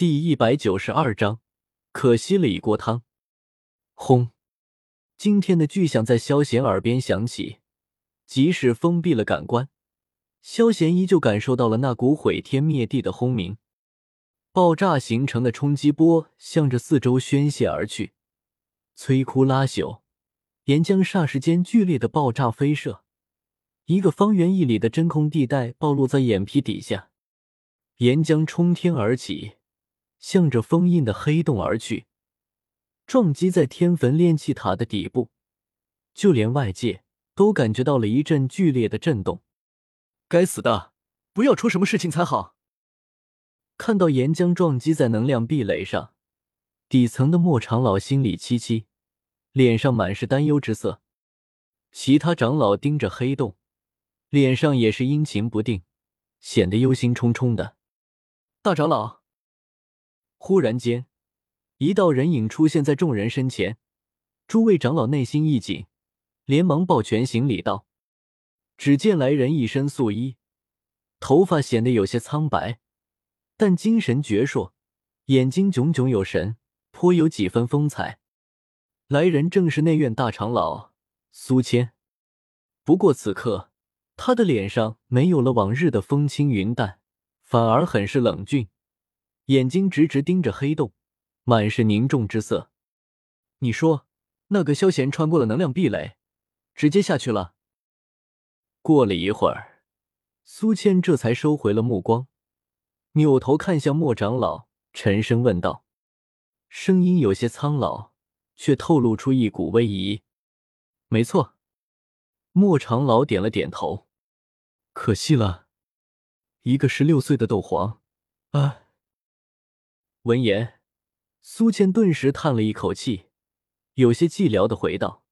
第192章，可惜了一锅汤。轰！惊天的巨响在萧贤耳边响起，即使封闭了感官，萧贤依旧感受到了那股毁天灭地的轰鸣。爆炸形成的冲击波向着四周宣泄而去，摧枯拉朽，岩浆霎时间剧烈的爆炸飞射，一个方圆1里的真空地带暴露在眼皮底下，岩浆冲天而起，向着封印的黑洞而去，撞击在天坟炼气塔的底部，就连外界都感觉到了一阵剧烈的震动。该死的，不要出什么事情才好。看到岩浆撞击在能量壁垒上，底层的莫长老心里戚戚，脸上满是担忧之色。其他长老盯着黑洞，脸上也是阴晴不定，显得忧心忡忡的。大长老！忽然间，一道人影出现在众人身前，诸位长老内心一紧，连忙抱拳行礼道。只见来人一身素衣，头发显得有些苍白，但精神矍铄，眼睛炯炯有神，颇有几分风采。来人正是内院大长老苏谦，不过此刻他的脸上没有了往日的风轻云淡，反而很是冷峻，眼睛直直盯着黑洞，满是凝重之色。你说那个萧贤穿过了能量壁垒，直接下去了？过了一会儿，苏谦这才收回了目光，扭头看向莫长老，沉声问道，声音有些苍老，却透露出一股威仪。没错。莫长老点了点头。可惜了，一个16岁的斗皇啊！闻言，苏谦顿时叹了一口气，有些寂寥地回道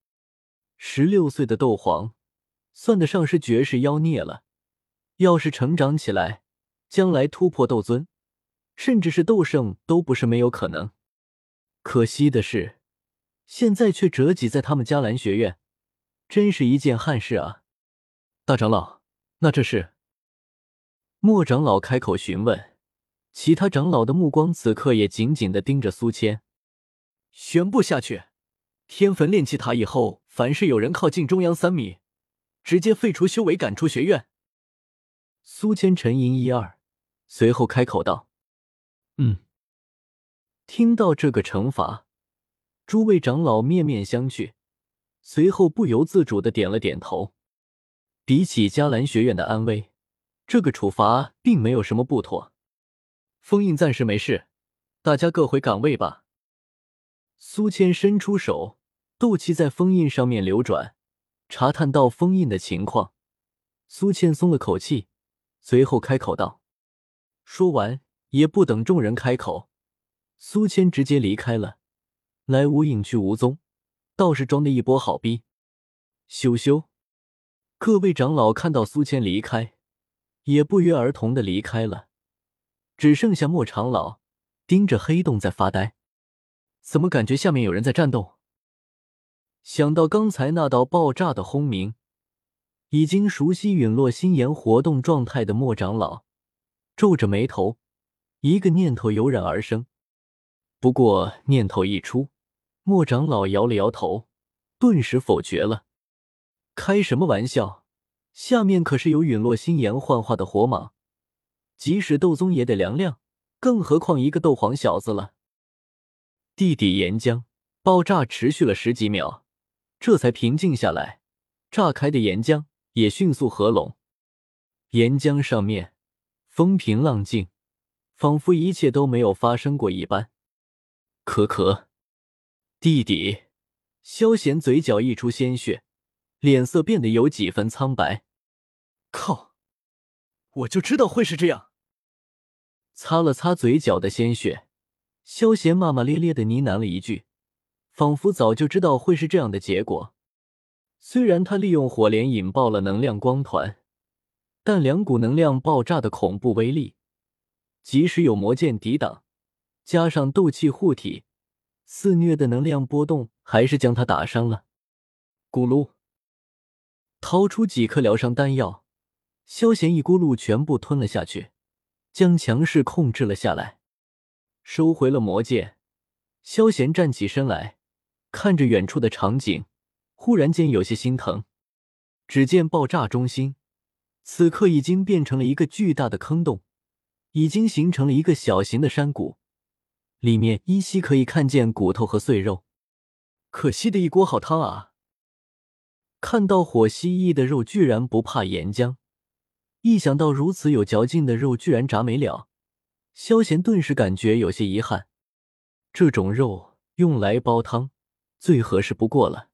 ：16岁的斗皇，算得上是绝世妖孽了。要是成长起来，将来突破斗尊，甚至是斗圣都不是没有可能。可惜的是，现在却折戟在他们迦兰学院，真是一件憾事啊。大长老，那这是？莫长老开口询问，其他长老的目光此刻也紧紧地盯着苏谦。宣布下去，天坟炼气塔以后，凡是有人靠近中央3米，直接废除修为，赶出学院。苏谦沉吟一二，随后开口道：听到这个惩罚，诸位长老面面相觑，随后不由自主地点了点头。比起迦兰学院的安危，这个处罚并没有什么不妥。封印暂时没事，大家各回岗位吧。苏谦伸出手，斗气在封印上面流转，查探到封印的情况。苏谦松了口气，随后开口道。说完，也不等众人开口，苏谦直接离开了，来无影去无踪，倒是装的一波好逼。羞羞！各位长老看到苏谦离开，也不约而同的离开了，只剩下莫长老盯着黑洞在发呆。怎么感觉下面有人在战斗？想到刚才那道爆炸的轰鸣，已经熟悉陨落心炎活动状态的莫长老皱着眉头，一个念头油然而生。不过念头一出，莫长老摇了摇头，顿时否决了。开什么玩笑，下面可是有陨落心炎幻化的火蟒，即使斗宗也得凉凉，更何况一个斗皇小子了。地底岩浆爆炸持续了10几秒，这才平静下来，炸开的岩浆也迅速合拢。岩浆上面风平浪静，仿佛一切都没有发生过一般。可可，地底，萧贤嘴角溢出鲜血，脸色变得有几分苍白。靠！我就知道会是这样。擦了擦嘴角的鲜血，萧贤骂骂咧咧地呢喃了一句，仿佛早就知道会是这样的结果。虽然他利用火莲引爆了能量光团，但2股能量爆炸的恐怖威力，即使有魔剑抵挡，加上斗气护体，肆虐的能量波动还是将他打伤了。咕噜，掏出几颗疗伤丹药，萧贤一咕噜全部吞了下去，将强势控制了下来。 收回了魔剑，萧贤站起身来，看着远处的场景，忽然间有些心疼。只见爆炸中心此刻已经变成了一个巨大的坑洞，已经形成了一个小型的山谷，里面依稀可以看见骨头和碎肉。可惜的一锅好汤啊！看到火蜥蜴的肉居然不怕岩浆，一想到如此有嚼劲的肉居然炸没了，萧贤顿时感觉有些遗憾。这种肉用来煲汤最合适不过了。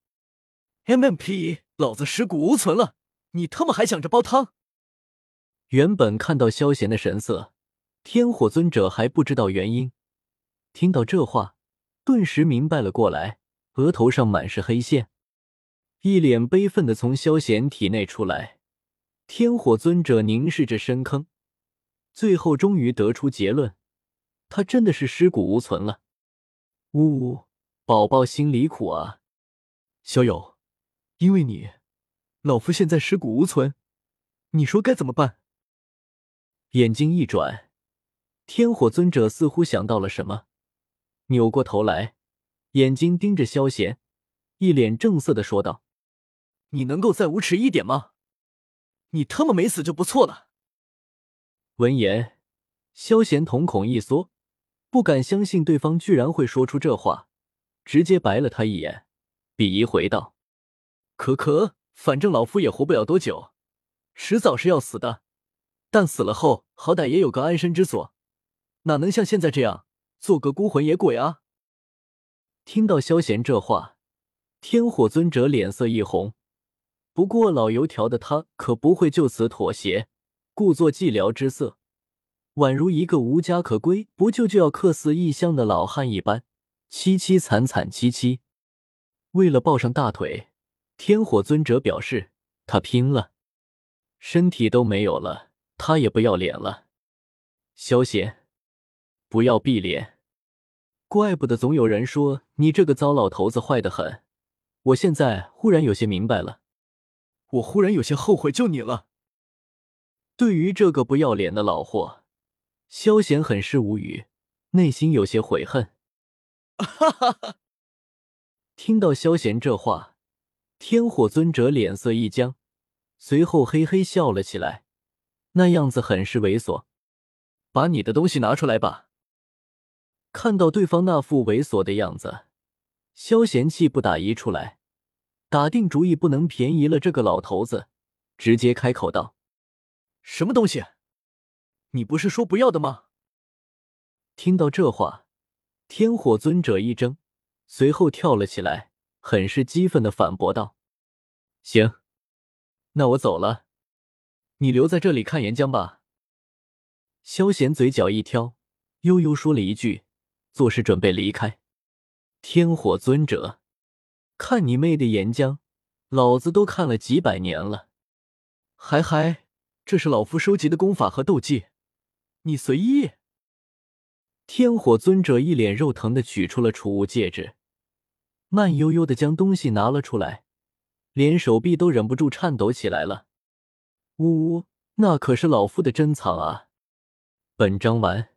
MMP， 老子尸骨无存了，你他妈还想着煲汤？ 原本看到萧贤的神色，天火尊者还不知道原因，听到这话，顿时明白了过来，额头上满是黑线，一脸悲愤地从萧贤体内出来。天火尊者凝视着深坑，最后终于得出结论，他真的是尸骨无存了。呜呜，宝宝心里苦啊。 小友，因为你，老夫现在尸骨无存，你说该怎么办？ 眼睛一转，天火尊者似乎想到了什么，扭过头来，眼睛盯着萧贤，一脸正色地说道： 你能够再无耻一点吗？你他妈没死就不错了。 闻言，萧贤瞳孔一缩，不敢相信对方居然会说出这话，直接白了他一眼，鄙夷回道： 可，反正老夫也活不了多久，迟早是要死的，但死了后好歹也有个安身之所，哪能像现在这样做个孤魂野鬼啊？ 听到萧贤这话，天火尊者脸色一红，不过老油条的他可不会就此妥协，故作寂寥之色，宛如一个无家可归不救就要客死异乡的老汉一般，凄凄惨惨戚戚。为了抱上大腿，天火尊者表示他拼了，身体都没有了，他也不要脸了。萧贤，不要闭脸，怪不得总有人说你这个糟老头子坏得很，我现在忽然有些明白了。 我忽然有些后悔救你了。 对于这个不要脸的老货，萧贤很是无语，内心有些悔恨。 哈哈哈！ 听到萧贤这话，天火尊者脸色一僵，随后嘿嘿笑了起来，那样子很是猥琐。 把你的东西拿出来吧。 看到对方那副猥琐的样子，萧贤气不打一处来，打定主意不能便宜了这个老头子，直接开口道： 什么东西？你不是说不要的吗？ 听到这话，天火尊者一怔，随后跳了起来，很是激愤地反驳道：行，那我走了，你留在这里看岩浆吧。萧贤嘴角一挑，悠悠说了一句，作势准备离开。天火尊者，看你妹的岩浆，老子都看了几百年了。 嗨，这是老夫收集的功法和斗技，你随意。 天火尊者一脸肉疼地取出了储物戒指，慢悠悠地将东西拿了出来，连手臂都忍不住颤抖起来了。呜呜，那可是老夫的珍藏啊！本章完。